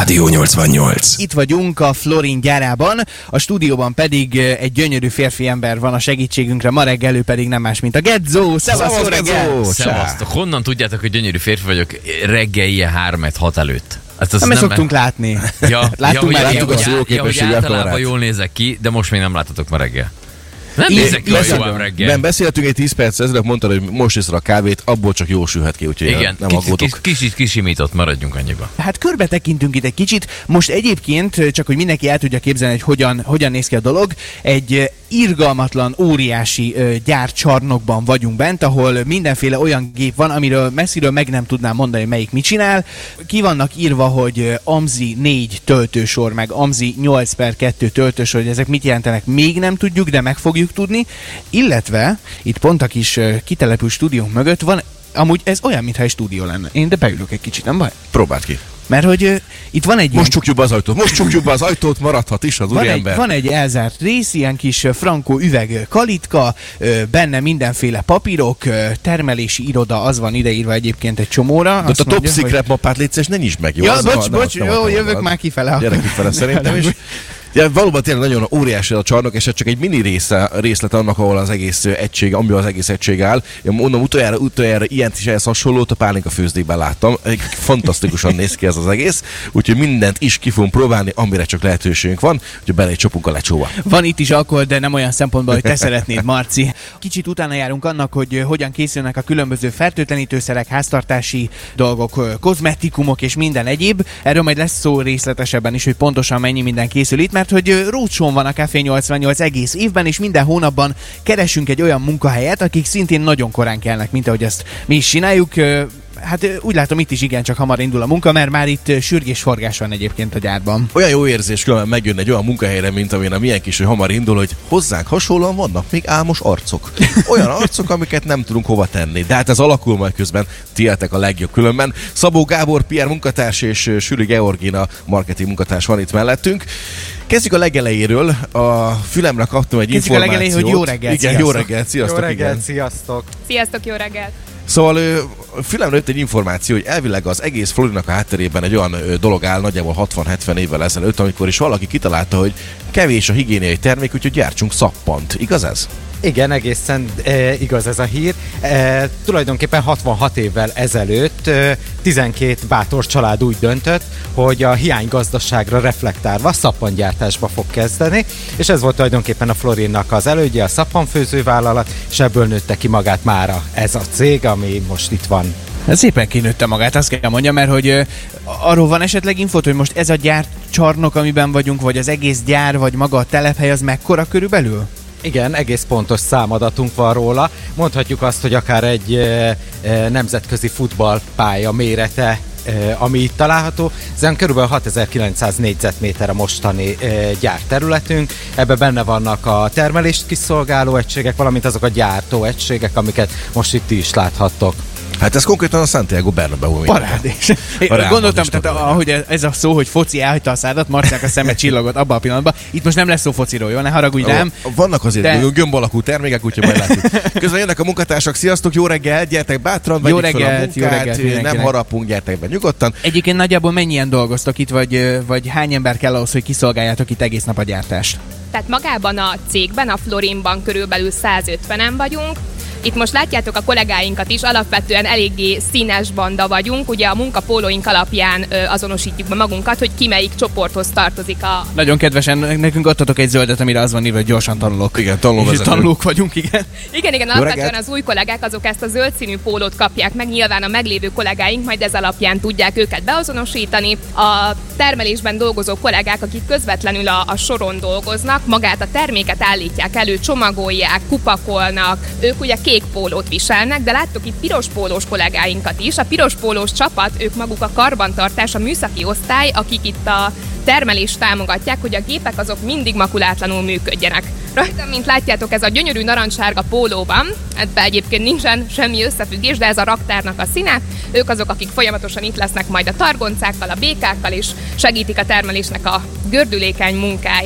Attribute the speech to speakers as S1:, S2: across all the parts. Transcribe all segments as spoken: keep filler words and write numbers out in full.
S1: Rádió nyolcvannyolc.
S2: Itt vagyunk a Florin gyárában, a stúdióban pedig egy gyönyörű férfi ember van a segítségünkre, ma reggel ő pedig nem más, mint a Gedzó. Szevasz, jó reggel!
S3: Szevasztok! Honnan tudjátok, hogy gyönyörű férfi vagyok reggel ilyen három hat előtt?
S2: Hát nem, nem szoktunk látni.
S3: Ja,
S2: láttunk
S3: ja,
S2: már
S3: ja,
S2: láttuk
S3: ja,
S2: a
S3: szülőképességi ja, általában jól nézek ki, de most még nem láttatok ma reggel. Nem nézek ki a jó reggel.
S1: Nem, beszéltünk egy tíz perc ezelőtt, mondtad, hogy most iszol a kávét, abból csak jó sülhet ki, úgyhogy
S3: igen,
S1: nem
S3: kicsit,
S1: aggódok.
S3: Kis, kicsit kisimított, maradjunk annyiba.
S2: Hát körbe tekintünk itt egy kicsit. Most egyébként, csak hogy mindenki el tudja képzelni, hogy hogyan, hogyan néz ki a dolog, egy irgalmatlan, óriási gyárcsarnokban vagyunk bent, ahol mindenféle olyan gép van, amiről messziről meg nem tudnám mondani, melyik mit csinál. Ki vannak írva, hogy AMSI négy töltősor, meg AMSI nyolc per kettő töltősor, hogy ezek mit jelentenek, még nem tudjuk, de meg fogjuk tudni, illetve itt pont a kis kitelepült stúdiónk mögött van, amúgy ez olyan, mintha egy stúdió lenne. Én de beülök egy kicsit, nem baj?
S1: Próbáld ki.
S2: Mert hogy uh, itt van egy...
S1: Most csukjuk be az ajtót, most csukjuk be az ajtót, maradhat is az úriember.
S2: Van egy elzárt rész, ilyen kis frankó üveg kalitka, uh, benne mindenféle papírok, uh, termelési iroda, az van ideírva egyébként egy csomóra.
S1: De a top secret hogy... mappát légy szíves, ne nyisd meg, jó?
S2: Ja,
S1: az
S2: bocs,
S1: van,
S2: bocs,
S1: nem,
S2: jó,
S1: nem
S2: jövök
S1: nem,
S2: már kifele.
S1: Gyere kifele szerintem is. Ja, valóban tényleg nagyon óriási a csarnok, és ez csak egy mini része, részlet annak, ahol az egész egység, amiben az egész egység áll. Én mondom, utoljára, utoljára ilyent is ehhez hasonlót a pálinka főzdékben láttam. Fantasztikusan néz ki ez az egész, úgyhogy mindent is ki fogunk próbálni, amire csak lehetőségünk van, hogy bele csapunk a lecsóba.
S2: Van itt is alkohol, de nem olyan szempontból, hogy te szeretnéd, Marci. Kicsit utána járunk annak, hogy hogyan készülnek a különböző fertőtlenítőszerek, háztartási dolgok, kozmetikumok és minden egyéb. Erről majd lesz szó részletesebben is, hogy pontosan mennyi minden készül itt, mert hogy rócsón van a Café nyolcvannyolc egész évben, és minden hónapban keresünk egy olyan munkahelyet, akik szintén nagyon korán kelnek, mint ahogy ezt mi is csináljuk. Hát úgy látom, itt is igen, csak hamar indul a munka, mert már itt sürgésforgás van egyébként a gyárban.
S1: Olyan jó érzés különben megjönni egy olyan munkahelyre, mint amilyen a milyen kis, hogy hamar indul, hogy hozzánk hasonlóan vannak még álmos arcok. Olyan arcok, amiket nem tudunk hova tenni. De hát ez alakul majd közben, tiétek a legjobb különben. Szabó Gábor, pé er munkatárs és Süri Georgina marketing munkatárs van itt mellettünk. Kezdjük a legelejéről. A fülemre kaptam egy
S2: Kezdjük
S1: információt.
S2: Kezdjük a legelején, hogy jó reggelt,
S1: igen,
S2: sziasztok.
S1: jó reggelt, sziasztok.
S4: Jó reggelt,
S1: igen.
S4: sziasztok.
S5: Sziasztok, jó reggelt.
S1: Szóval fülemre jött egy információ, hogy elvileg az egész Florinnak a hátterében egy olyan dolog áll nagyjából hatvan-hetven évvel ezelőtt, amikor is valaki kitalálta, hogy kevés a higiéniai termék, úgyhogy gyártsunk szappant. Igaz ez?
S4: Igen, egészen e, igaz ez a hír. E, tulajdonképpen hatvanhat évvel ezelőtt e, tizenkét bátor család úgy döntött, hogy a hiánygazdaságra reflektálva szappangyártásba fog kezdeni, és ez volt tulajdonképpen a Florinnak az elődje, a szappanfőzővállalat, és ebből nőtte ki magát mára ez a cég, ami most itt van.
S2: Ez szépen kinőtte magát, azt kell mondjam, mert hogy uh, arról van esetleg infót, hogy most ez a gyárcsarnok, amiben vagyunk, vagy az egész gyár, vagy maga a telephely, az mekkora körülbelül?
S4: Igen, egész pontos számadatunk van róla. Mondhatjuk azt, hogy akár egy e, e, nemzetközi futballpálya mérete, e, ami itt található. Ezen körülbelül hatezer-kilencszáz négyzetméter a mostani e, gyárterületünk. Ebben benne vannak a termelést kiszolgáló egységek, valamint azok a gyártó egységek, amiket most itt is láthattok.
S1: Hát ez konkrétan a Santiago Bernabéu.
S2: Parádés. Gondoltam, tehát ahogy ez a szó, hogy foci elhagyta a szádat, Marciák a szeme csillogott abban a pillanatban. Itt most nem lesz szó fociról, jó? Ne haragudj rám.
S1: Vannak azért
S2: de...
S1: gömb alakú termékek, úgyhogy majd látjuk. Közben jönnek a munkatársak, sziasztok, jó reggel, gyertek bátran,
S2: jó
S1: vegyük fel a
S2: reggelt, jó reggelt,
S1: nem harapunk, gyertek be nyugodtan.
S2: Egyébként nagyjából mennyien dolgoztok itt, vagy, vagy hány ember kell ahhoz, hogy kiszolgáljátok itt egész nap a gyártást?
S5: Tehát magában a cégben, a Florinban körülbelül százötvenen vagyunk. Itt most látjátok a kollégáinkat is, alapvetően eléggé színes banda vagyunk, ugye a munkapólóink alapján ö, azonosítjuk be magunkat, hogy ki melyik csoporthoz tartozik a...
S2: Nagyon kedvesen, nekünk adtatok egy zöldet, amire az van írva, hogy gyorsan tanulok.
S1: Igen, tanulóvezető.
S2: Tanulók vagyunk, igen.
S5: Igen, igen, alapvetően az új kollégák azok ezt a zöld színű pólót kapják meg, nyilván a meglévő kollégáink majd ez alapján tudják őket beazonosítani. A termelésben dolgozó kollégák, akik közvetlenül a, a soron dolgoznak, magát a terméket állítják elő, csomagolják, kupakolnak, ők ugye kék pólót viselnek, de láttok itt piros pólós kollégáinkat is. A piros pólós csapat, ők maguk a karbantartás, a műszaki osztály, akik itt a termelést támogatják, hogy a gépek azok mindig makulátlanul működjenek. Rajtam, mint látjátok, ez a gyönyörű narancssárga póló van, ebben egyébként nincsen semmi összefüggés, de ez a raktárnak a színe. Ők azok, akik folyamatosan itt lesznek majd a targoncákkal, a békákkal, és segítik a termelésnek a gördülékeny munkáját.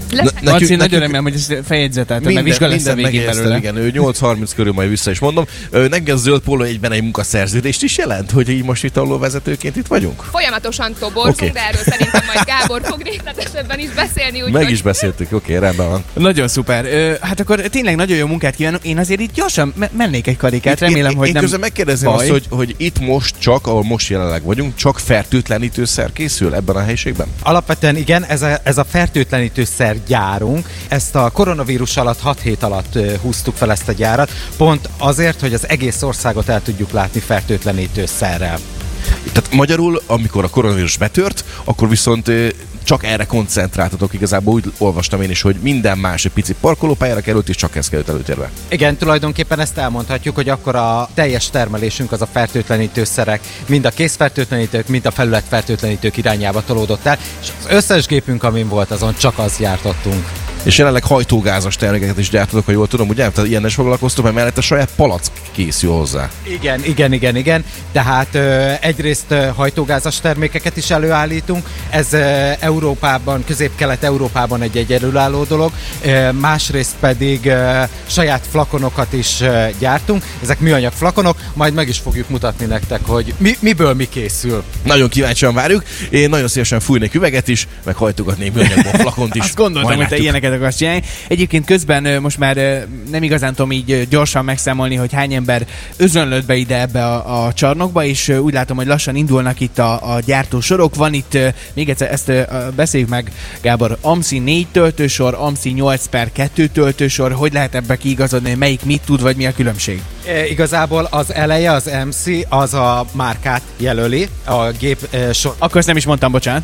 S2: Marci, nagyon remélem, hogy ezt feljegyzetelted, mert vizsga lesz a végén belőle.
S1: Igen, ő nyolc harminc körül majd vissza is mondom. Nekünk a zöld póló egyben egy munkaszerződést is jelent, hogy így most itt vezetőként itt vagyunk?
S5: Folyamatosan toborzunk, okay. De erről szerintem majd Gábor fog részletesebben is beszélni. Úgy
S1: Meg
S5: hogy...
S1: is beszéltük, oké, okay, rendben van.
S2: Nagyon szuper. Ö, hát akkor tényleg nagyon jó munkát kívánok. Én azért itt gyorsan me- mennék egy karikát, remélem,
S1: én,
S2: hogy
S1: én
S2: nem
S1: közben megkérdezem
S2: baj.
S1: azt, hogy, hogy itt most csak, ahol most jelenleg vagyunk, csak fertőtlenítőszer készül ebben a helyiségben?
S4: Alapvetően igen, ez a, ez a fertőtlenítőszer gyárunk. Ezt a koronavírus alatt, hat hét alatt uh, húztuk fel ezt a gyárat, pont azért, hogy az egész országot el tudjuk látni fertőtlenítőszerrel.
S1: Tehát magyarul, amikor a koronavírus betört, akkor viszont csak erre koncentráltatok igazából, úgy olvastam én is, hogy minden más egy pici parkolópályára került, és csak ez került előtérbe.
S4: Igen, tulajdonképpen ezt elmondhatjuk, hogy akkor a teljes termelésünk az a fertőtlenítőszerek, mind a készfertőtlenítők, mind a felületfertőtlenítők irányába tolódott el, és az összes gépünk, amin volt, azon csak azt gyártottunk.
S1: És jelenleg hajtógázas termékeket is gyártatok, ha jól tudom, ugye? Tehát ilyen is foglalkoztok, mert mellett a saját palack készül hozzá.
S4: Igen, igen, igen, igen. Tehát ö, egyrészt ö, hajtógázas termékeket is előállítunk, ez ö, Európában, Közép-Kelet-Európában egy egyedülálló dolog, ö, másrészt pedig ö, saját flakonokat is ö, gyártunk, ezek műanyag flakonok, majd meg is fogjuk mutatni nektek, hogy mi, miből mi készül.
S1: Nagyon kíváncsian várjuk, én nagyon szívesen fújnék üveget is, meg hajtogatnék műanyagból flakont is.
S2: Azt gondoltam, hogy te ilyeneket akarsz csinálni. Egyébként közben most már nem igazán tudom így gyorsan megszámolni, hogy hány ember özönlött be ide ebbe a, a csarnokba, és úgy látom, hogy lassan indulnak itt a, a gyártósorok. Van itt, még egyszer ezt beszéljük meg, Gábor, AMSZI négy töltősor, AMSZI nyolc per kettő töltősor, hogy lehet ebbe kiigazodni, hogy melyik mit tud, vagy mi a különbség?
S4: E, igazából az eleje, az AMSZI, az a márkát jelöli, a gép e, sor...
S2: Akkor ezt nem is mondtam, bocsánat.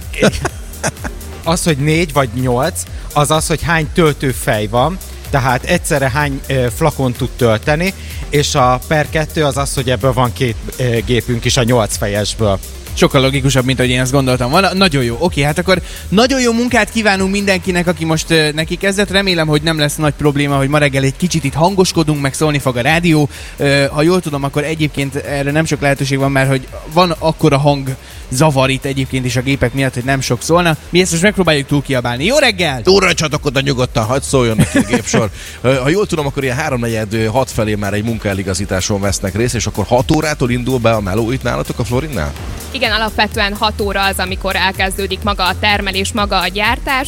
S4: Az, hogy négy vagy nyolc, az az, hogy hány töltőfej van, tehát egyszerre hány e, flakon tud tölteni, és a per kettő az az, hogy ebből van két e, gépünk is a nyolc fejesből.
S2: Sokkal logikusabb, mint ahogy én azt gondoltam volna. Nagyon jó. Oké, hát akkor nagyon jó munkát kívánunk mindenkinek, aki most uh, neki kezdett. Remélem, hogy nem lesz nagy probléma, hogy ma reggel egy kicsit itt hangoskodunk, meg szólni fog a rádió. Uh, ha jól tudom, akkor egyébként erre nem sok lehetőség van, mert hogy van akkora hang zavar itt egyébként is a gépek miatt, hogy nem sok szólna. Mi ezt most megpróbáljuk túl kiabálni. Jó reggel!
S1: Óra csatokodna nyugodtan, hagyd szóljon neki a gépsor. Ha jól tudom, akkor ilyen háromnegyed hat felé már egy munkaeligazításon vesznek részt, és akkor hat órától indul be a meló itt nálatok a Florinnál?
S5: Igen, alapvetően hat óra az, amikor elkezdődik maga a termelés, maga a gyártás,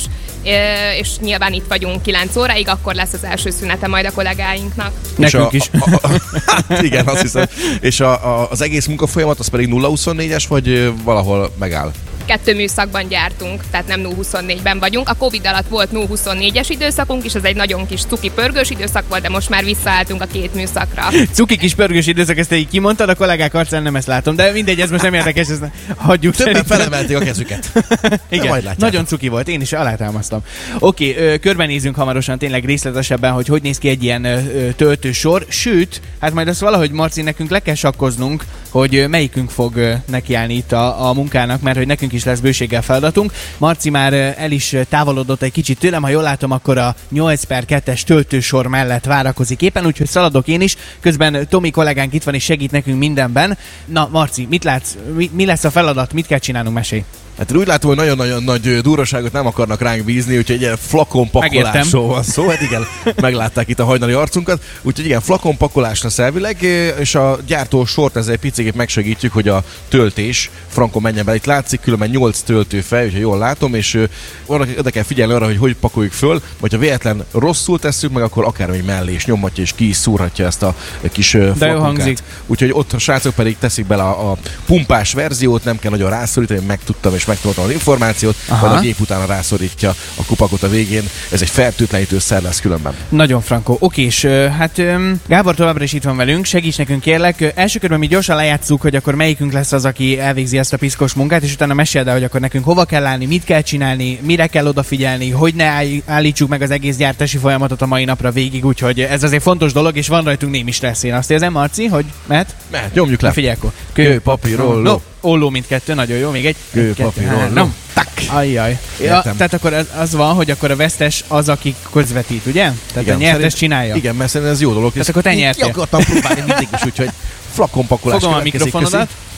S5: és nyilván itt vagyunk kilenc óráig, akkor lesz az első szünete majd a kollégáinknak.
S2: Nekünk is.
S1: A, a, a, a, igen, azt hiszem. És a, a, az egész munkafolyamat az pedig nulla huszonnégyes, vagy valahol megáll?
S5: Kettő műszakban gyártunk, tehát nem nulla huszonnégyben vagyunk. A Covid alatt volt nulla huszonnégyes időszakunk, és ez egy nagyon kis cuki pörgős időszak volt, de most már visszaálltunk a két műszakra.
S2: Cuki kis pörgős időszak, ezt te így kimondtad, a kollégák arcán nem ezt látom, de mindegy, ez most nem érdekes, ezt hagyjuk.
S1: Többen felemelték a kezüket.
S2: Igen, nagyon cuki volt, én is alátámasztom. Oké, okay, körbenézünk hamarosan tényleg részletesebben, hogy hogy néz ki egy ilyen ö, töltősor, sőt, hát majd azt valahogy, Marci, nekünk le kell sakkoznunk, hogy melyikünk fog ö, nekiállni itt a, a munkának, mert hogy nekünk is lesz bőséggel feladatunk. Marci már el is távolodott egy kicsit tőlem, ha jól látom, akkor a nyolc per kettes töltősor mellett várakozik éppen, úgyhogy szaladok én is. Közben Tomi kollégánk itt van és segít nekünk mindenben. Na, Marci, mit látsz? Mi, mi lesz a feladat? Mit kell csinálnunk? Mesélj!
S1: Hát úgy látom, hogy nagyon-nagyon nagy durvaságot nem akarnak ránk bízni, úgyhogy egy ilyen flakonpakolásról van szó. Hát igen, meglátták itt a hajnali arcunkat. Úgyhogy igen, flakonpakolás lesz elvileg, és a gyártó sort ezzel egy picit megsegítjük, hogy a töltés frankon menjen be. Itt látszik, különben nyolc töltőfej, hogyha jól látom, és oda kell figyelni arra, hogy hogy pakoljuk föl, vagy ha véletlen rosszul tesszük meg, akkor akár még mellé is nyomhatja, és ki is szúrhatja ezt a kis flakonkát. Úgyhogy ott a srácok pedig teszik bele a, a pumpás verziót, nem kell nagyon rászorítani, meg tudtam és megtudtam az információt, majd a gép utána rászorítja a kupakot a végén. Ez egy fertőtlenítőszer lesz különben.
S2: Nagyon frankó. Oké, és hát Gábor továbbra is itt van velünk, segíts nekünk kérlek. Első körben mi gyorsan lejátszuk, hogy akkor melyikünk lesz az, aki elvégzi ezt a piszkos munkát, és utána meséld el, hogy akkor nekünk hova kell állni, mit kell csinálni, mire kell odafigyelni, hogy ne állítsuk meg az egész gyártási folyamatot a mai napra végig, úgyhogy ez azért fontos dolog, és van rajtunk némi stressz. Én azt érzem, Marci, hogy mehet?
S1: Mehet, nyomjuk le.
S2: Figyelj akkor.
S1: Kő, papír, olló.
S2: Olló mindkettő, nagyon jó, még egy.
S1: Kő, papír, olló.
S2: Ajjaj. Ja, tehát akkor az, az van, hogy akkor a vesztes az, aki közvetít, ugye? Tehát igen, a nyertes szerint, csinálja.
S1: Igen, mert szerintem ez jó dolog.
S2: Tehát akkor te nyertél.
S1: Ki akartam próbálni mindig is, úgyhogy flakonpakolás.
S2: Fogom a mikrofonodat.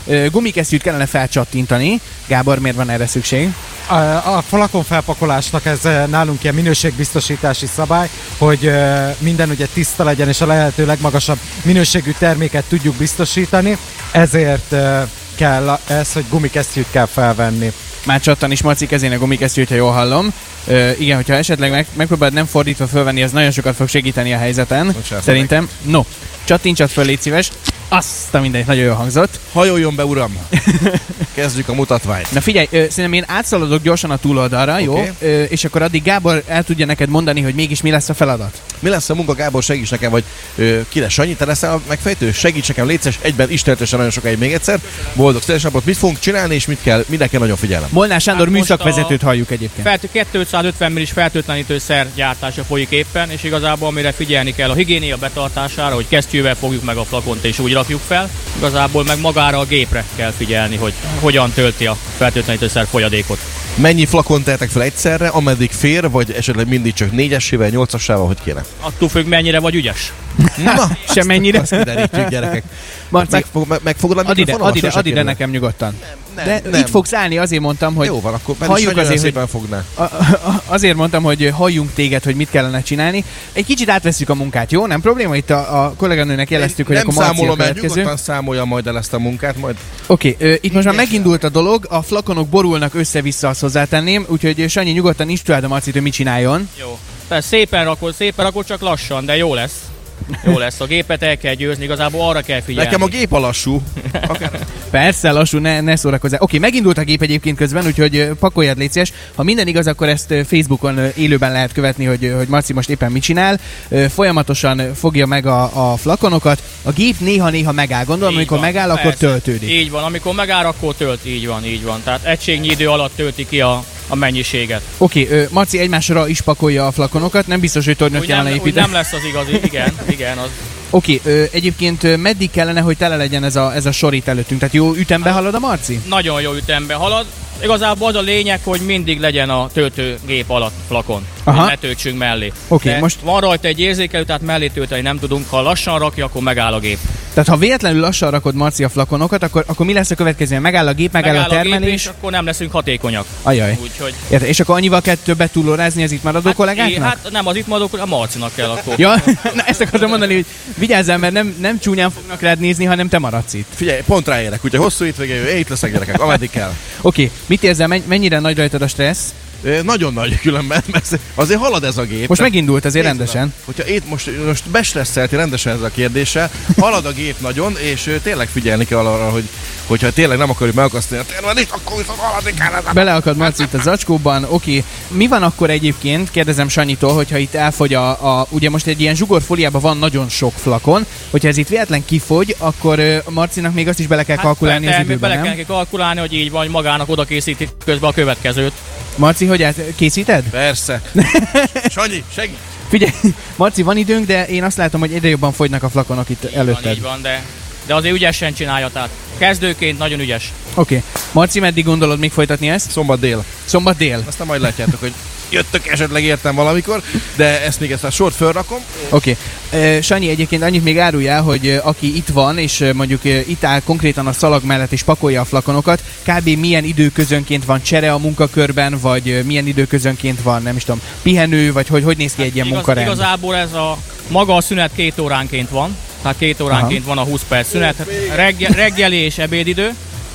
S2: gumikesztyűt kellene felcsattintani. Gábor, miért van erre szükség?
S4: A, a flakon felpakolásnak ez nálunk ilyen minőségbiztosítási szabály, hogy minden ugye tiszta legyen, és a lehető legmagasabb minőségű terméket tudjuk biztosítani, ezért kell ez, hogy gumikesztyűt kell felvenni.
S2: Már csattan is Marci kezén a gumikesztyűt, ha jól hallom. Ö, igen, hogyha esetleg meg, megpróbáld nem fordítva fölvenni, az nagyon sokat fog segíteni a helyzeten.
S1: Bocsánat,
S2: szerintem. No, csattintsad föl, légy szíves. Azt a mindegy, nagyon jól hangzott.
S1: Hajoljon be, uram! Kezdjük a mutatványt.
S2: Na figyelj, ö, szerintem én átszaladok gyorsan a túloldalra, okay. Jó? Ö, és akkor addig Gábor el tudja neked mondani, hogy mégis mi lesz a feladat.
S1: Mi lesz a munka, Gábor, segíts nekem, vagy ö, ki lesz Sanyi, te leszel a megfejtő? Segíts nekem, légy szíves, egyben istenetesen nagyon sokáig még egyszer. Boldog születésnapot, mit fogunk csinálni, és mit kell, mindenki nagyon figyelem.
S2: Molnár Sándor
S6: Hát
S2: műszakvezetőt halljuk egyébként.
S6: Felt- kétszázötven millis fertőtlenítőszer gyártása folyik éppen, és igazából amire figyelni kell a higiénia betartására, hogy kesztyűvel fogjuk meg a flakont és úgy rakjuk fel. Igazából meg magára a gépre kell figyelni, hogy hogyan tölti a fertőtlenítőszer folyadékot.
S1: Mennyi flakon tehetek fel egyszerre, ameddig fér, vagy esetleg mindig csak négyesével, nyolcasával, hogy kéne?
S6: Attól függ, mennyire vagy ügyes.
S1: Na,
S2: Semmennyire.
S1: Azt kiderítjük, gyerekek.
S2: Marci,
S1: Meg, fog, meg, meg fogod a
S2: add ide,
S1: mikrofonomat?
S2: add ide,
S1: Sose
S2: add ide
S1: kérlek.
S2: nekem nyugodtan.
S1: Nem,
S2: De
S1: nem.
S2: itt fogsz állni, azért mondtam, hogy
S1: Jó van, akkor pedig
S2: halljuk
S1: Sanyi
S2: azért,
S1: szépen
S2: hogy-
S1: fogná.
S2: A, a, azért mondtam, hogy halljunk téged, hogy mit kellene csinálni. Egy kicsit átveszük a munkát, jó? Nem probléma? Itt a, a kolléganőnek jeleztük, hogy
S1: nem
S2: akkor Marci a
S1: számolom el,
S2: következő.
S1: nyugodtan számolja majd el ezt a munkát, majd
S2: Oké, okay, itt most már megindult a dolog, a flakonok borulnak össze-vissza, azt hozzátenném, úgyhogy Sanyi nyugodtan instruáld a Marcit, hogy mit csináljon.
S6: Jó. Persze szépen rakod, szépen rakod, csak lassan, de jó lesz. Jó lesz. A gépet el kell győzni, igazából arra kell figyelni.
S1: nekem a gép a lassú. Akár...
S2: Persze, lassú, ne, ne szórakozzál. Oké, okay, megindult a gép egyébként közben, úgyhogy ö, pakoljad, légy szíves. Ha minden igaz, akkor ezt ö, Facebookon ö, élőben lehet követni, hogy, ö, hogy Marci most éppen mit csinál. Ö, Folyamatosan fogja meg a, a flakonokat. A gép néha-néha megáll. Gondolom,
S6: Így
S2: amikor
S6: van,
S2: megáll, akkor
S6: persze.
S2: töltődik.
S6: Így van, amikor megáll, akkor tölt, így van, így van. Tehát egységnyi idő alatt tölti ki a, a mennyiséget.
S2: Oké, okay, Marci egymásra is pakolja a flakonokat. Nem biztos, hogy tornyot
S6: Úgy
S2: kellene
S6: nem, úgy
S2: építeni.
S6: nem lesz az igazi, igen, igen, az
S2: Oké, okay, egyébként ö, meddig kellene, hogy tele legyen ez a, ez a sor itt előttünk? Tehát jó ütembe halad a Marci?
S6: nagyon jó ütembe halad. Igazából az a lényeg, hogy mindig legyen a töltőgép alatt flakon.
S2: Aha.
S6: Hogy ne töltsünk mellé.
S2: Oké,
S6: De
S2: most-
S6: van rajta egy érzékelő, tehát mellé tölteni nem tudunk. Ha lassan rakja, akkor megáll a gép.
S2: Tehát ha véletlenül lassan rakod, Marci, a flakonokat, akkor, akkor mi lesz a következő? Megáll a gép, megáll,
S6: Megáll
S2: a
S6: a gép,
S2: termelés?
S6: és akkor nem leszünk hatékonyak.
S2: Ajaj.
S6: Úgyhogy...
S2: Érte, és akkor annyival kell többet túlórázni az itt maradó
S6: Hát,
S2: kollégáknak?
S6: hát nem az itt maradó, a Marcinak kell akkor.
S2: Ja, na ezt akartam mondani, hogy vigyázzál, mert nem, nem csúnyán fognak rád nézni, hanem te maradsz itt.
S1: Figyelj, pont ráérek, ugye hosszú hétvége jön, én itt leszek, gyerekek, ameddig kell.
S2: Oké, okay. Mit érzel, men- mennyire nagy rajtad a stressz?
S1: Ö, Nagyon nagy különben, mert azért halad ez a gép.
S2: Most
S1: Tehát
S2: megindult azért
S1: nézd
S2: rendesen.
S1: oda, Hogyha itt most, most bestresszelti rendesen ez a kérdéssel, halad a gép nagyon, és ö, tényleg figyelni kell arra, hogy hogyha tényleg nem akarjuk megakasztani a termelést, akkor viszont haladni kell.
S2: Beleakad Marci itt a zacskóban, oké. Mi van akkor egyébként, kérdezem Sanyitól, hogyha itt elfogy a, a ugye most egy ilyen zsugorfóliában van nagyon sok flakon, hogyha ez itt véletlen kifogy, akkor ö, Marcinak még azt is bele kell kalkulálni az
S6: persze,
S2: időben,
S6: bele
S2: nem?
S6: kell neki kalkulálni, hogy így van, hogy magának oda készíti közben a következőt.
S2: Marci, hogy át, készíted?
S1: Persze. Sanyi, segíts!
S2: Figyelj, Marci, van időnk, de én azt látom, hogy egyre jobban fogynak a flakonok itt
S6: Így van,
S2: előtted.
S6: így van, de, de azért ügyesen csinálja, tehát kezdőként nagyon ügyes.
S2: Oké. Okay. Marci, meddig gondolod még folytatni ezt?
S1: Szombat dél.
S2: Szombat dél.
S1: Aztán majd látjátok, hogy jöttök esetleg értem valamikor, de ezt még ezt a sort fölrakom.
S2: Oké. Okay. Sanyi, egyébként annyit még árulj el, hogy ö, aki itt van, és ö, mondjuk ö, itt áll konkrétan a szalag mellett és pakolja a flakonokat, kb. Milyen időközönként van csere a munkakörben, vagy ö, milyen időközönként van, nem is tudom, pihenő, vagy hogy, hogy néz ki egy ilyen
S6: Igaz,
S2: munkarend?
S6: igazából ez a maga a szünet két óránként van, tehát két óránként Aha. van a húsz perc szünet, reggel, reggeli és ebédidő.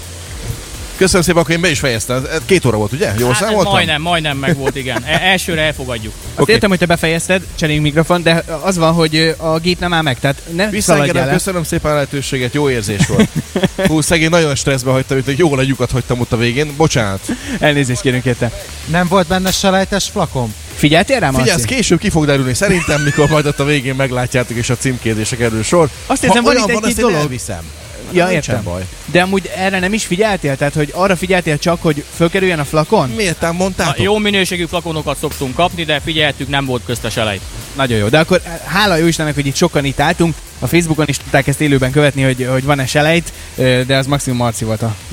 S1: Köszönöm szépen, akkor én be is fejeztem. Ez Két óra volt, ugye? Jól
S6: Hát ez
S1: számoltam?
S6: majdnem, majdnem meg volt, igen. E- elsőre elfogadjuk.
S2: Azt
S1: Oké.
S2: értem, hogy te befejezted, cseréljünk mikrofon, de az van, hogy ö, a gép nem áll meg, tehát ne szaladjál
S1: Visszaengedem,
S2: el.
S1: köszönöm szépen a lehetőséget, jó érzés volt. Hú, szegény, nagyon stresszbe hagytam, hogy jól egy lyukat hagytam ott a végén. Bocsánat.
S2: Elnézést kérünk érte.
S4: Nem volt benne selejtes flakon?
S2: Figyeltél rá, Marci?
S1: Figyelj, ez később ki fog derülni szerintem, mikor majd ott a végén meglátjátok és a címkézések erről sor.
S2: Azt érzem,
S1: Ha
S2: van
S1: olyan
S2: itt
S1: van,
S2: egy-két
S1: azt én
S2: dolog.
S1: elviszem.
S2: Ja,
S1: Nincsen
S2: értem.
S1: baj.
S2: De amúgy erre nem is figyeltél? Tehát, hogy arra figyeltél csak, hogy fölkerüljön a flakon?
S1: Miért ám
S6: Na,
S1: mondtátok?
S6: jó minőségű flakonokat szoktunk kapni, de figyeltük, nem volt köztes elej.
S2: Nagyon jó. De akkor hála jó Istennek, hogy itt sokan itt álltunk. a Facebookon is tudták ezt élőben követni, hogy, hogy van-e selejt, de az maximum Marci volt a,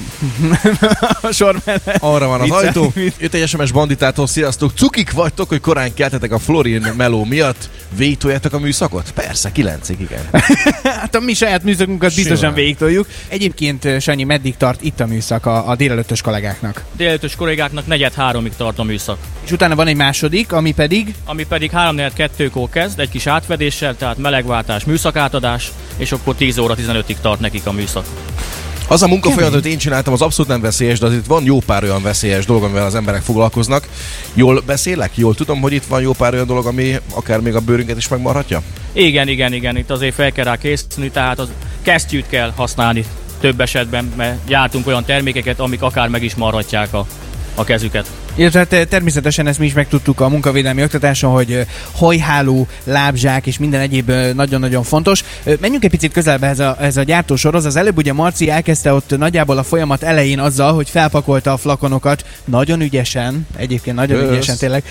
S2: a sor mellett.
S1: Arra van az
S2: Vicce,
S1: ajtó.
S2: vicc.
S1: Jött egy es em es banditától, sziasztok! Cukik vagytok, hogy korán keltetek a Florin meló miatt. Végigtoljátok a műszakot? Persze, kilencig, igen.
S2: Hát a mi saját műszakunkat biztosan
S1: Simán.
S2: végigtoljuk. Egyébként, Sanyi, meddig tart itt a műszak a, a délelőttös kollégáknak?
S6: Délelőttös kollégáknak negyed háromig tart a műszak.
S2: És utána van egy második, ami pedig...
S6: Ami pedig három negyven kettőkor kezd, egy kis átvedéssel, tehát melegváltás, műszakátadás, és akkor tíz óra tizenötig tart nekik a műszak.
S1: Az a munkafolyamat, amit én csináltam, az abszolút nem veszélyes, de azért van jó pár olyan veszélyes dolog, amivel az emberek foglalkoznak. Jól beszélek? Jól tudom, hogy itt van jó pár olyan dolog, ami akár még a bőrünket is megmarhatja?
S6: Igen, igen, igen, itt azért fel kell rá készülni, tehát az kesztyűt kell használni több esetben, mert gyártunk olyan termékeket, amik akár meg is marhatják a, a kezüket.
S2: Illetve hát természetesen ezt mi is megtudtuk a munkavédelmi oktatáson, hogy hajháló, lábzsák és minden egyéb nagyon-nagyon fontos. Menjünk egy picit közelbe ez a, ez a gyártósorhoz. Az előbb ugye Marci elkezdte ott nagyjából a folyamat elején azzal, hogy felpakolta a flakonokat nagyon ügyesen, egyébként nagyon
S1: Kösz.
S2: ügyesen tényleg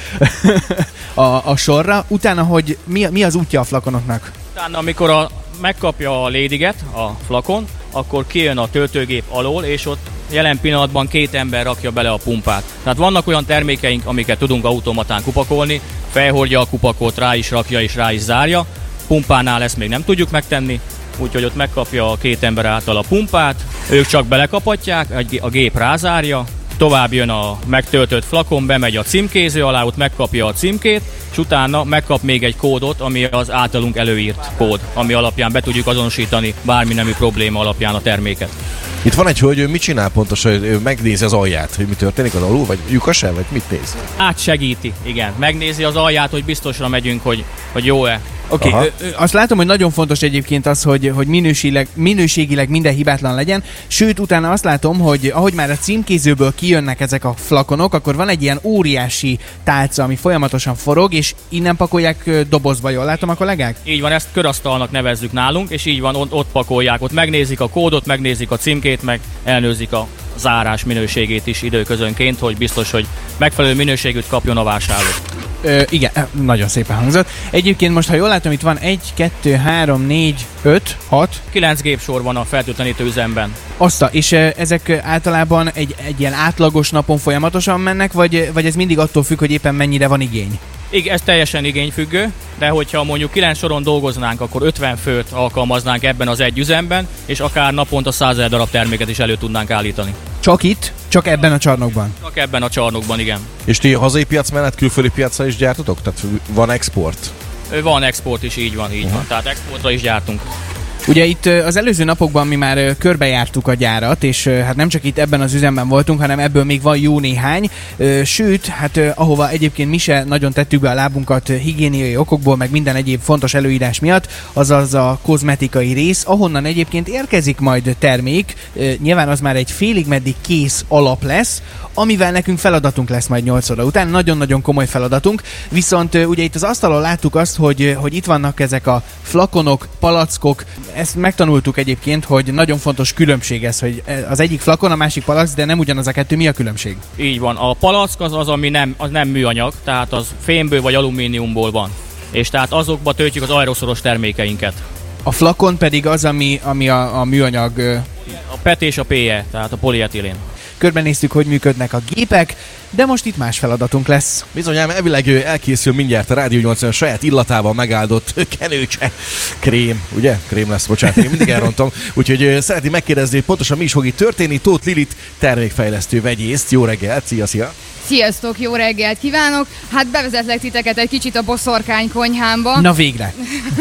S2: a, a sorra. Utána, hogy mi, mi az útja a flakonoknak?
S6: Utána, amikor a, megkapja a lédiget, a flakon, akkor kijön a töltőgép alól, és ott jelen pillanatban két ember rakja bele a pumpát. Tehát vannak olyan termékeink, amiket tudunk automatán kupakolni, felhordja a kupakot, rá is rakja és rá is zárja. Pumpánál ezt még nem tudjuk megtenni, úgyhogy ott megkapja a két ember által a pumpát, ők csak belekapatják, a gép rázárja, tovább jön a megtöltött flakon, bemegy a címkéző alá, ott megkapja a címkét, és utána megkap még egy kódot, ami az általunk előírt kód, ami alapján be tudjuk azonosítani bármi nemű probléma alapján a terméket.
S1: Itt van egy hölgy, ő mit csinál pontosan, hogy ő megnézi az alját, hogy mi történik az alul, vagy lyukas el, vagy mit néz?
S6: Átsegíti, igen. Megnézi az alját, hogy biztosra megyünk, hogy, hogy jó-e.
S2: Oké, okay, azt látom, hogy nagyon fontos egyébként az, hogy, hogy minőségileg, minőségileg minden hibátlan legyen, sőt, utána azt látom, hogy ahogy már a címkézőből kijönnek ezek a flakonok, akkor van egy ilyen óriási tálca, ami folyamatosan forog, és innen pakolják dobozba, jól látom a kollégák?
S6: Így van, ezt körasztalnak nevezzük nálunk, és így van, ott, ott pakolják, ott megnézik a kódot, megnézik a címkét, meg elnőzik a zárás minőségét is időközönként, hogy biztos, hogy megfelelő minőségűt kapjon a vásárló.
S2: Ö, igen, nagyon szépen hangzott. Egyébként most, ha jól látom, itt van egy, kettő, három, négy, öt, hat.
S6: kilenc gépsor van a feltöltlenítő üzemben.
S2: Azt, és ezek általában egy, egy ilyen átlagos napon folyamatosan mennek, vagy, vagy ez mindig attól függ, hogy éppen mennyire van igény?
S6: Igen, ez teljesen igényfüggő, de hogyha mondjuk kilenc soron dolgoznánk, akkor ötven főt alkalmaznánk ebben az egy üzemben, és akár naponta százezer darab terméket is elő tudnánk állítani.
S2: Csak itt? Csak ebben a csarnokban?
S6: Csak ebben a csarnokban, igen.
S1: És ti hazai piac mellett külföldi piacra is gyártotok? Tehát van export?
S6: Van export is, így van, így uh-huh. van. Tehát exportra is gyártunk.
S2: Ugye itt az előző napokban mi már körbejártuk a gyárat, és hát nem csak itt ebben az üzemben voltunk, hanem ebből még van jó néhány. Sőt, hát ahova egyébként mi se nagyon tettük be a lábunkat higiéniai okokból, meg minden egyéb fontos előírás miatt, azaz a kozmetikai rész, ahonnan egyébként érkezik majd termék. Nyilván az már egy félig meddig kész alap lesz, amivel nekünk feladatunk lesz majd nyolc óra után, nagyon-nagyon komoly feladatunk, viszont ugye itt az asztalon láttuk azt, hogy, hogy itt vannak ezek a flakonok, palackok, ezt megtanultuk egyébként, hogy nagyon fontos különbség ez, hogy az egyik flakon, a másik palack, de nem ugyanaz a kettő, mi a különbség?
S6: Így van, a palack az az, ami nem, az nem műanyag, tehát az fémből vagy alumíniumból van, és tehát azokba töltjük az aeroszolos termékeinket.
S2: A flakon pedig az, ami, ami a, a műanyag...
S6: A pé e té és a pé e, tehát a polietilén.
S2: Körbenéztük, hogy működnek a gépek, de most itt más feladatunk lesz.
S1: Bizonyám, elvileg elkészül mindjárt a Rádió nyolcvan saját illatával megáldott kenőcse krém, ugye? Krém lesz, bocsánat, én mindig elrontom. Úgyhogy szeretném megkérdezni, hogy pontosan mi is fog itt történni. Tóth Lilit, termékfejlesztő vegyészt. Jó reggelt, szia, szia!
S7: Sziasztok, jó reggelt kívánok! Hát bevezetlek titeket egy kicsit a boszorkány konyhámba.
S2: Na végre!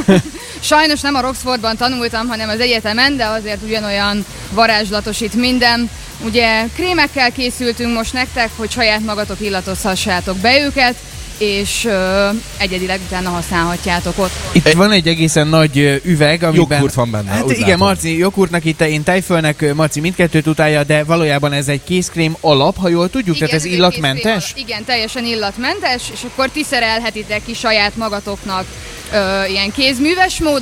S7: Sajnos nem a Roxfordban tanultam, hanem az egyetemen, de azért ugyanolyan varázslatos itt minden. Ugye krémekkel készültünk most nektek, hogy saját magatok illatozhassátok be őket, és ö, egyedileg utána használhatjátok ott.
S2: Itt van egy egészen nagy ö, üveg, amiben...
S1: Joghurt van benne.
S2: Hát igen, látom. Marci, joghurtnak itt, én tejfölnek, Marci mindkettőt utálja, de valójában ez egy kézkrém alap, ha jól tudjuk,
S7: igen,
S2: tehát ez
S7: ez
S2: illatmentes?
S7: Igen, teljesen illatmentes, és akkor ti szerelhetitek ki saját magatoknak ö, ilyen kézműves módon,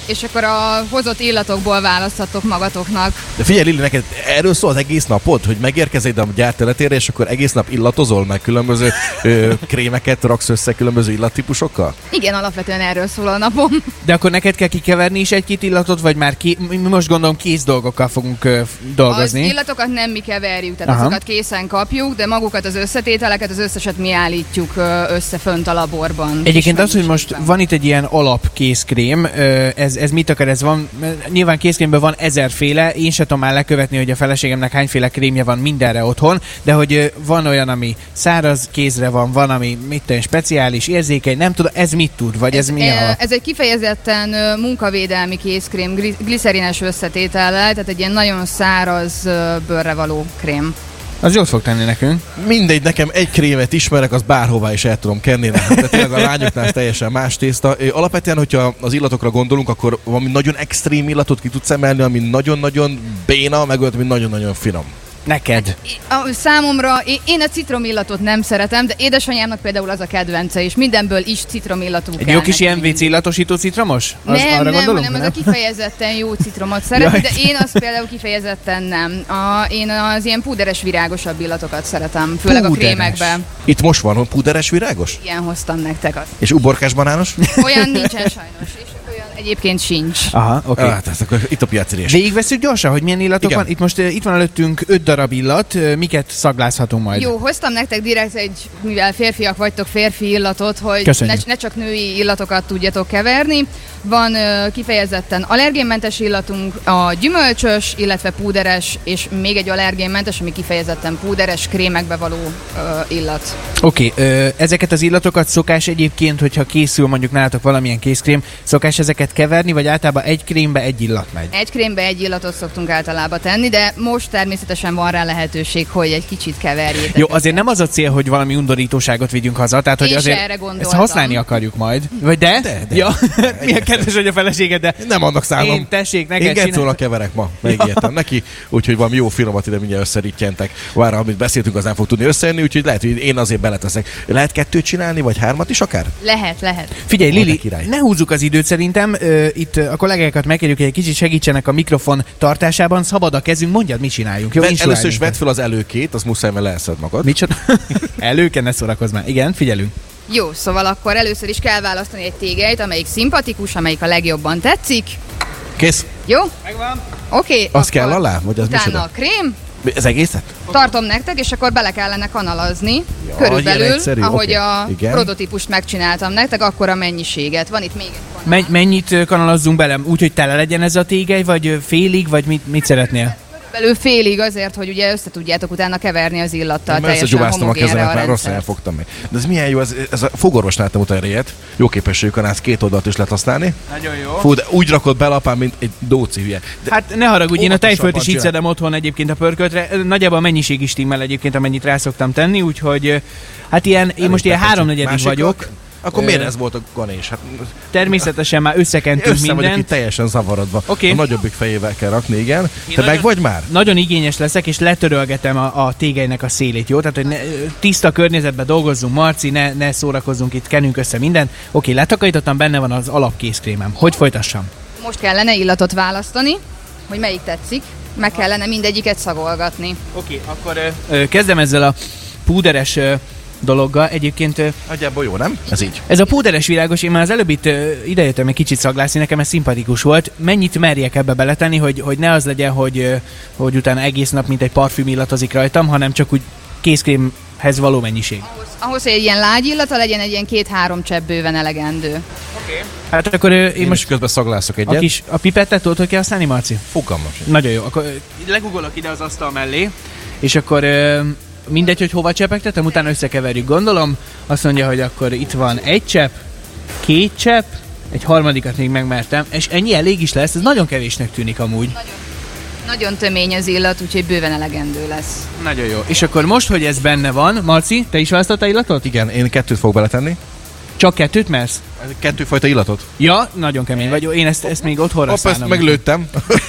S7: és akkor a hozott illatokból választhatok magatoknak.
S1: De figyelj, Lili, neked erről szól az egész napod, hogy megérkezel ide a gyárteletére, és akkor egész nap illatozol, meg különböző ö, krémeket raksz össze különböző illattípusokkal?
S7: Igen, alapvetően erről szól a napom.
S2: De akkor neked kell kikeverni is egy-két illatot, vagy már ki, mi most gondolom kész dolgokkal fogunk ö, dolgozni?
S7: Az illatokat nem mi keverjük, tehát
S2: Aha.
S7: azokat készen kapjuk, de magukat az összetételeket, az összeset mi állítjuk ö, össze fönt a laborban.
S2: Egyébként
S7: Kis
S2: az, hogy most
S7: mennyiségben.
S2: van itt egy ilyen alapkészkrém, ö, ez, ez mit akar? Ez van, nyilván készkrémben van ezerféle, én se tudom már lekövetni, hogy a feleségemnek hányféle krémje van mindenre otthon, de hogy ö, van olyan, ami száraz kézre van, van, ami mit tudom, speciális, érzékeny, nem tudom, ez mit tud, vagy ez, ez mi
S7: e,
S2: a...
S7: Ez egy kifejezetten ö, munkavédelmi készkrém, gli- gliszerines összetétellel, tehát egy ilyen nagyon száraz ö, bőrre való krém.
S2: Az jót fog tenni nekünk.
S1: Mindegy, nekem egy krémet ismerek, az bárhová is el tudom kenni. Tehát tényleg a lányoknál ez teljesen más tészta. Alapvetően, hogyha az illatokra gondolunk, akkor valami nagyon extrém illatot ki tudsz emelni, ami nagyon-nagyon béna, meg olyan, ami nagyon-nagyon finom.
S2: Neked.
S7: A, számomra, én, én a citromillatot nem szeretem, de édesanyámnak például az a kedvence, és mindenből is citromillatú
S2: Egy
S7: kell
S2: jó kis
S7: neki
S2: ilyen vé cé
S7: mindig.
S2: illatosító citromos? Az,
S7: Nem,
S2: arra
S7: nem,
S2: gondolunk,
S7: hanem az a kifejezetten jó citromot szeret,
S2: Jaj.
S7: de én azt például kifejezetten nem. A, én az ilyen púderes virágosabb illatokat szeretem, főleg
S2: Púderes.
S7: a krémekben.
S1: Itt most van, hogy púderes virágos?
S7: Ilyen hoztam nektek azt.
S1: És uborkás banános?
S7: Olyan nincsen sajnos, és olyan egyébként sincs.
S2: Aha, oké.
S1: Okay.
S2: Okay.
S1: Hát ez akkor itt a piacirés.
S2: Végigveszünk gyorsan, hogy milyen illatok
S1: Igen.
S2: van. Itt most uh, itt van előttünk öt darab illat, uh, miket szaglázhatunk majd?
S7: Jó, hoztam nektek direkt egy, mivel férfiak vagytok, férfi illatot, hogy ne,
S2: Köszönjük.
S7: ne csak női illatokat tudjatok keverni. Van ö, kifejezetten allergénmentes illatunk, a gyümölcsös, illetve púderes, és még egy allergénmentes, ami kifejezetten púderes, krémekbe való ö, illat.
S2: Oké, okay, ezeket az illatokat szokás egyébként, hogyha készül mondjuk nálatok valamilyen készkrém, szokás ezeket keverni, vagy általában egy krémbe egy illat megy?
S7: Egy krémbe egy illatot szoktunk általában tenni, de most természetesen van rá lehetőség, hogy egy kicsit keverjétek.
S2: Jó,
S7: össze.
S2: azért nem az a cél, hogy valami undorítóságot vigyünk haza, tehát hogy
S7: Én se
S2: azért
S7: erre gondoltam.
S2: ezt használni akarjuk majd. Vagy de?
S1: De, de.
S2: Ja, milyen kedves, hogy a feleséged, de
S1: Nem annak szánom.
S2: én tessék, neked
S1: Én Gencónak
S2: csinálni.
S1: keverek ma, megígértem neki, úgyhogy valami jó finomat ide mindjárt összerítjentek. Várra, amit beszéltünk, az nem fog tudni összejönni, úgyhogy lehet, hogy én azért beleteszek. Lehet kettőt csinálni, vagy hármat is akár?
S7: Lehet, lehet.
S2: Figyelj,
S1: Ó, de
S2: Lili,
S1: király.
S2: ne húzzuk az időt szerintem. Ö, itt a kollégákat megkérjük, hogy egy kicsit segítsenek a mikrofon tartásában. Szabad a kezünk, mondjad, mit csináljunk. Jó,
S1: Ved,
S2: Nincs
S1: először is
S2: ruháink.
S1: vedd fel az előkét, az muszáj, mert leeszed magad.
S2: Micsoda? Előke, ne szórakozz már. Igen, figyelünk.
S7: Jó, szóval akkor először is kell választani egy tégelyt, amelyik szimpatikus, amelyik a legjobban tetszik.
S1: Kész?
S7: Jó? Megvan. Oké. Okay,
S1: Az kell alá? Vagy az
S7: utána
S1: micsoda?
S7: a krém,
S1: Ez egészet?
S7: tartom nektek, és akkor bele kellene kanalazni.
S1: Ja, ilyen
S7: Körülbelül,
S1: egyszerű,
S7: ahogy
S1: oké.
S7: a
S1: Igen.
S7: prototípust megcsináltam nektek, akkor a mennyiséget. Van itt még egy kanal.
S2: Men- mennyit ö, kanalazzunk bele? Úgy, hogy tele legyen ez a tégely, vagy ö, félig, vagy mit, mit szeretnél?
S7: Belül félig azért, hogy ugye össze tudjátok utána keverni az illattal,
S1: Mert
S7: teljesen
S1: összezsubáztam a
S7: homogénre
S1: kezemet,
S7: a
S1: már rossz helyen
S7: rendszer.
S1: fogtam még. De ez milyen jó, ez, ez a fogorvosnál láttam utána ilyet. Jó képességű kanász, két oldalt is lehet használni.
S2: Nagyon jó.
S1: Fú, de úgy rakod bele apám, mint egy dóci hülye. De
S2: Hát ne haragudj, én a
S1: óvatosabban
S2: tejfölt is így
S1: csinálj.
S2: szedem otthon egyébként a pörköltre. Nagyjából a mennyiség is timmel egyébként, amennyit rá szoktam tenni, úgyhogy ö, hát ilyen, én most ilyen
S1: Elég
S2: háromnegyedig
S1: Másik
S2: vagyok.
S1: Akkor
S2: Ö,
S1: miért ez volt a ganés? Hát
S2: Természetesen már összekentünk
S1: össze vagyok itt
S2: mindent.
S1: teljesen zavarodva.
S2: Oké.
S1: A nagyobbik fejével kell rakni, igen. Te
S2: nagyon-
S1: meg vagy már?
S2: Nagyon igényes leszek, és letörölgetem a, a tégelynek a szélét, jó? Tehát, hogy ne, tiszta környezetben dolgozzunk, Marci, ne, ne szórakozzunk itt, kenünk össze mindent. Oké, letakarítottam, benne van az alapkészkrémem. Hogy folytassam?
S7: Most kellene illatot választani, hogy melyik tetszik. Meg kellene mindegyiket szagolgatni.
S2: Oké, akkor ö, ö, kezdem ezzel a púderes ö, dologgal. Egyébként ö,
S1: Nagyjából jó, nem? Ez így.
S2: ez a púderes világos, én már az előbb itt ö, idejöttem egy kicsit szaglászni, nekem ez szimpatikus volt. Mennyit merjek ebbe beletenni, hogy, hogy ne az legyen, hogy, ö, hogy utána egész nap mint egy parfüm illatozik rajtam, hanem csak úgy készkrémhez való mennyiség.
S7: Ahhoz, ahhoz, hogy egy ilyen lágy illata legyen, egy ilyen két-három csepp bőven elegendő.
S2: Hát akkor ö, én,
S1: Én
S2: most
S1: most közben szaglászok
S2: a
S1: egyet.
S2: kis a pipettet tudod, hogy kell használni, Marci?
S1: Fogalmam sem.
S2: Nagyon jó. Akkor ö, legugolok ide az asztal mellé, és akkor ö, mindegy, hogy hova csepegtetem, utána összekeverjük, gondolom. Azt mondja, hogy akkor itt van egy csepp, két csepp, egy harmadikat még megmertem, és ennyi elég is lesz, ez nagyon kevésnek tűnik amúgy.
S7: Nagyon tömény az illat, úgyhogy bőven elegendő lesz.
S2: Nagyon jó. És akkor most, hogy ez benne van, Marci, te is választottál illatot?
S1: Igen, én kettőt fog beletenni.
S2: Csak kettőt mersz?
S1: Kettőfajta illatot.
S2: Ja, nagyon kemény vagy. Én ezt, ezt még otthonra
S1: Hopp, ezt
S2: szállom.
S1: meglőttem.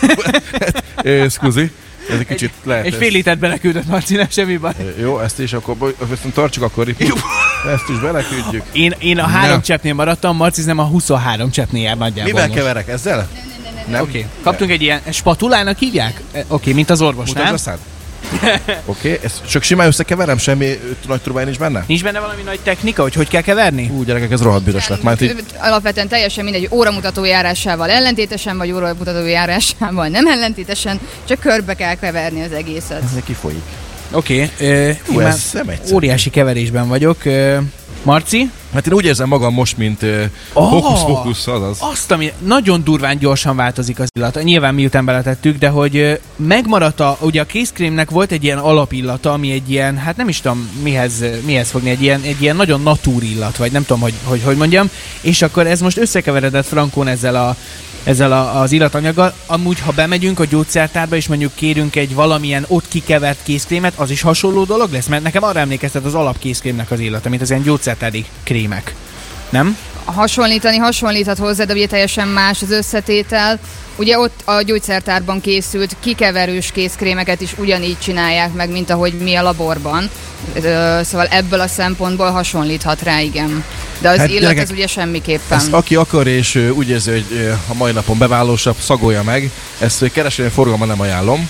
S1: Eh, Scusi. Ez egy kicsit lehet.
S2: Egy
S1: ez-
S2: fél litert beleküldött Marci, nem semmi baj.
S1: Jó, ezt is akkor, ezt tartsuk akkor itt. Ezt is beleküldjük.
S2: Én, én a három
S1: Na.
S2: cseppnél maradtam, Marci nem a huszonhárom cseppnél jár nagyjából.
S1: Mivel
S2: most.
S1: keverek? Ezzel? Nem.
S2: Oké. Okay. Kaptunk egy ilyen spatulának hívják? Oké, okay, mint az orvos,
S1: Mutasd
S2: nem?
S1: a szád. Oké, okay. Ezt csak simán összekeverem, semmi nagy turbány nincs benne?
S2: Nincs benne valami nagy technika, hogy hogy kell keverni?
S1: Ú, gyerekek, ez rohadt büdös lett. Már így...
S7: Alapvetően teljesen mindegy, óramutató járásával ellentétesen, vagy óramutató járásával nem ellentétesen, csak körbe kell keverni az egészet.
S1: Ez kifolyik.
S2: Oké, okay.
S1: Hú,
S2: uh,
S1: ez nem egyszerű.
S2: Óriási keverésben vagyok. Uh, Marci?
S1: Hát én úgy érzem magam most, mint uh,
S2: Oh!
S1: hókusz-pókusz, azaz.
S2: Azt, ami nagyon durván gyorsan változik az illata. Nyilván miután beletettük, de hogy ö, megmaradt a, ugye a kézkrémnek volt egy ilyen alapillata, ami egy ilyen, hát nem is tudom mihez, mihez fogni, egy ilyen, egy ilyen nagyon natúr illat, vagy nem tudom, hogy, hogy hogy mondjam, és akkor ez most összekeveredett frankón ezzel a ezzel a, az illatanyaggal. Amúgy, ha bemegyünk a gyógyszertárba, és mondjuk kérünk egy valamilyen ott kikevert kézkrémet, az is hasonló dolog lesz? Mert nekem arra emlékeztet az alapkézkrémnek az illata, mint az ilyen gyógyszertári krémek. Nem?
S7: Hasonlítani hasonlíthat hozzá, de ugye teljesen más az összetétel. Ugye ott a gyógyszertárban készült kikeverős kézkrémeket is ugyanígy csinálják meg, mint ahogy mi a laborban. Szóval ebből a szempontból hasonlíthat rá, igen. De az
S1: Hát,
S7: illat
S1: gyerekek,
S7: az ugye semmiképpen.
S1: Ezt aki akar és ö, úgy érzi, hogy ö, a mai napon beválósabb, szagolja meg. Ezt ö, kereskedelmi forgalomban nem ajánlom.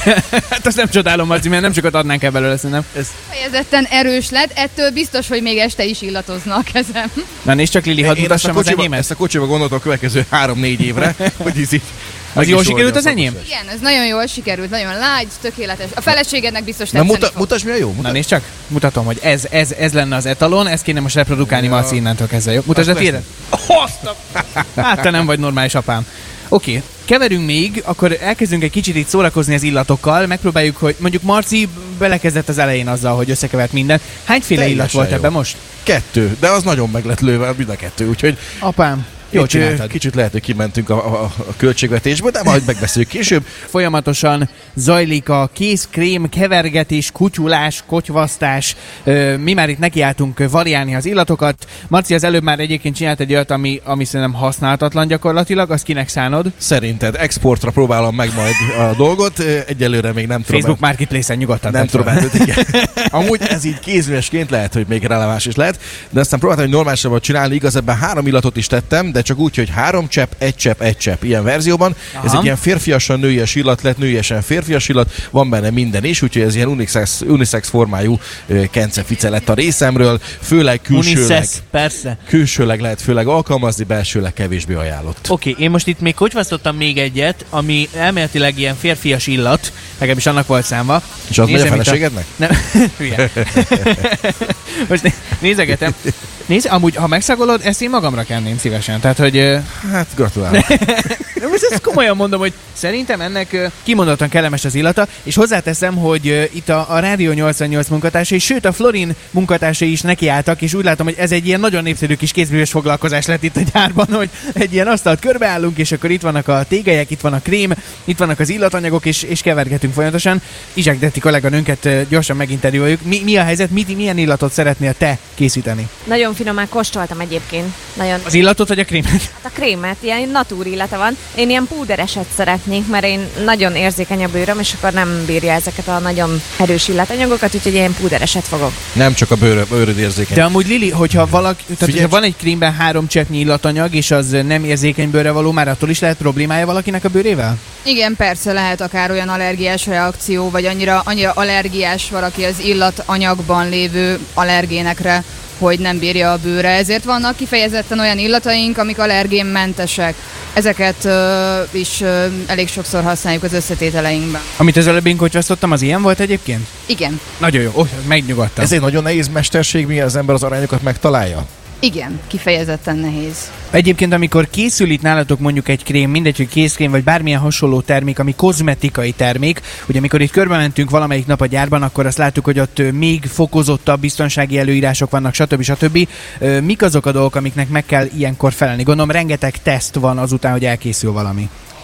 S2: Hát azt nem csodálom, Marci, mert nem sokat adnánk el belőle, szerintem.
S1: Ez...
S7: Fejezetten erős lett, ettől biztos, hogy még este is illatozna a kezem.
S2: Na nézd csak, Lili, hadd
S1: Én ezt a,
S2: mutassam az
S1: kocsiba,
S2: enyémet.
S1: ezt a kocsiba gondoltam a következő három-négy évre, hogy ez így...
S2: Az jól sikerült az enyém?
S7: Igen, ez nagyon jól sikerült, nagyon lágy, tökéletes. A feleségednek biztos
S1: Na
S7: tetszeni
S1: muta,
S7: fog.
S1: mutasd, mi a jó?
S2: Na
S1: Mutasd.
S2: nézd csak, mutatom, hogy ez, ez, ez lenne az etalon, ezt kéne most reprodukálni,
S1: Ja.
S2: Marci, innentől kezdve, jó? Mutasd a
S1: Azt
S2: tiédet. Hoztam! Hát te nem vagy normális apám. Oké, okay. Keverünk még, akkor elkezdünk egy kicsit itt szórakozni az illatokkal, megpróbáljuk, hogy mondjuk Marci belekezdett az elején azzal, hogy összekevert mindent. Hányféle
S1: Teljesen
S2: illat volt
S1: jó.
S2: ebben most?
S1: Kettő, de az nagyon meg lett lőve, mind a kettő, úgyhogy
S2: Apám, jól
S1: így,
S2: csináltad.
S1: kicsit lehet, hogy kimentünk a, a, a költségvetésből, de majd megbeszéljük később.
S2: Folyamatosan zajlik a kézkrém, kevergetés, kutyulás, kotyvasztás. Ö, Mi már itt nekiálltunk variálni az illatokat. Marci az előbb már egyébként csinált egy olyat, ami, ami szerintem használhatatlan gyakorlatilag. Azt kinek szánod?
S1: Szerinted exportra próbálom meg majd a dolgot, egyelőre még nem tudom.
S2: Facebook Marketplace-en nyugodtan.
S1: Nem
S2: tedd fel.
S1: tudom, hát, igen. Amúgy ez így kézművesként lehet, hogy még releváns is lehet, de aztán próbáltam, hogy normálisabban csinálni, igaz, ebben három illatot is tettem, de csak úgy, hogy három csepp, egy csepp, egy csepp, ilyen verzióban.
S2: Aha.
S1: Ez egy ilyen férfiasan nőies illat lett, nőiesen férfias illat, van benne minden is, úgyhogy ez ilyen unisex, unisex formájú ö, kencefice lett a részemről, főleg külsőleg,
S2: Unisex, persze.
S1: külsőleg lehet főleg alkalmazni, belsőleg kevésbé ajánlott.
S2: Oké, okay, én most itt még kocsvasztottam még egyet, ami elméletileg ilyen férfias illat, legalábbis annak volt számva.
S1: És az megy a
S2: Nézem itt
S1: feleségednek?
S2: Nem, hülye. Most né- nézegetem. Nézd, amúgy, ha megszagolod, ezt én magamra kenném szívesen. Tehát, hogy... ö,
S1: Hát gratulálok.
S2: De most ezt komolyan mondom, hogy szerintem ennek ö, kimondottan kellemes az illata, és hozzáteszem, hogy ö, itt a, a Rádió nyolcvannyolc munkatársai, sőt a Florin munkatársai is nekiálltak, és úgy látom, hogy ez egy ilyen nagyon népszerű kis kézműves foglalkozás lett itt a gyárban, hogy egy ilyen asztalt körbeállunk, és akkor itt vannak a tégelyek, itt van a krém, itt vannak az illatanyagok, és, és kevergetünk folyamatosan. Izsák Detti kolléganőnket ö, gyorsan meginterjúoljuk. Mi, mi a helyzet? Mit, milyen illatot szeretnél te készíteni?
S8: Nagyon finom, már kóstoltam egyébként. Nagyon.
S2: Az illatot vagy a krémet?
S8: Hát a krémet, ilyen natúr illata van. Én ilyen púdereset szeretnék, mert én nagyon érzékeny a bőröm, és akkor nem bírja ezeket a nagyon erős illatanyagokat, úgyhogy én púdereset fogok.
S1: Nem csak a bőröd, bőröd érzékeny.
S2: De amúgy Lili, hogyha valaki, tehát
S1: Figyelj,
S2: hogyha van egy krémben három cseppnyi illatanyag, és az nem érzékeny bőrre való, már attól is lehet problémája valakinek a bőrével?
S7: Igen, persze lehet akár olyan allergiás reakció, vagy annyira, annyira allergiás valaki az illatanyagban lévő allergénekre, hogy nem bírja a bőre. Ezért vannak kifejezetten olyan illataink, amik allergénmentesek. Ezeket ö, is ö, elég sokszor használjuk az összetételeinkben.
S2: Amit az előbb én kocsvasztottam, az ilyen volt egyébként?
S7: Igen,
S2: Nagyon jó, oh, megnyugodtam.
S1: Ez egy nagyon nehéz mesterség, mi az ember az arányokat megtalálja.
S7: igen, kifejezetten nehéz.
S2: Egyébként, amikor készül itt nálatok mondjuk egy krém, mindegy, hogy kézkrém, vagy bármilyen hasonló termék, ami kozmetikai termék, ugye amikor itt körbe mentünk valamelyik nap a gyárban, akkor azt láttuk, hogy ott ö, még fokozottabb biztonsági előírások vannak, stb. stb. Ö, Mik azok a dolgok, amiknek meg kell ilyenkor felelni? Gondolom, rengeteg teszt van azután, hogy elkészül valami.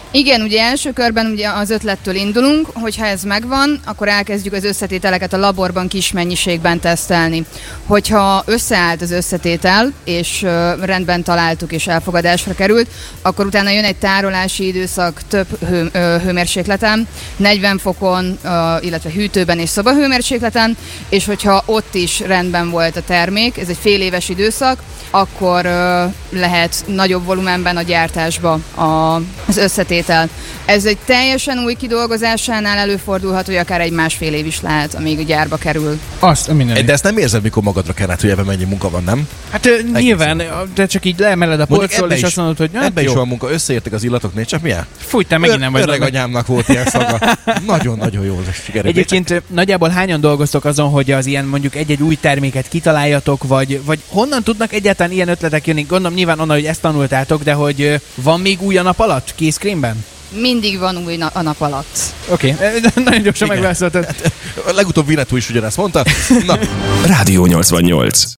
S7: Igen, ugye első körben ugye az ötlettől indulunk, hogyha ez megvan, akkor elkezdjük az összetételeket a laborban kis mennyiségben tesztelni. Hogyha összeállt az összetétel, és uh, rendben találtuk és elfogadásra került, akkor utána jön egy tárolási időszak több hő, uh, hőmérsékleten, negyven fokon, uh, illetve hűtőben és szobahőmérsékleten, és hogyha ott is rendben volt a termék, ez egy fél éves időszak, akkor uh, lehet nagyobb volumenben a gyártásba a, az összetétel. Ez egy teljesen új kidolgozásánál előfordulhat, hogy akár egy másfél év is lehet, amíg a gyárba kerül.
S2: Azt, minden.
S1: De ezt nem érzed, mikor magadra kellett, hogy ebben mennyi munka van, nem?
S2: Hát uh, nyilván, de csak így leemeled a polcról, és azt mondod, hogy ja,
S1: ebben
S2: jó.
S1: is van munka, összeértek az illatok, nézd csak milyen?
S2: Fúj, te megint nem vagy.
S1: Öreg anyámnak volt ilyen szaga. Nagyon-nagyon jól sikerült.
S2: Egyébként nagyjából hányan dolgoztok azon, hogy az ilyen mondjuk egy-egy új terméket kitaláljatok, vagy, vagy honnan tudnak egyáltalán ilyen ötletek jönni? Gondolom nyilván onnan, hogy ezt tanultátok, de hogy van még új a nap alatt kézkrémben?
S7: Mindig van új na- a nap alatt.
S2: Oké, okay. Nagyon gyorsan megválaszoltad.
S1: A legutóbb Vinetú is ugyanezt mondta. Na.
S9: Rádió nyolcvannyolc.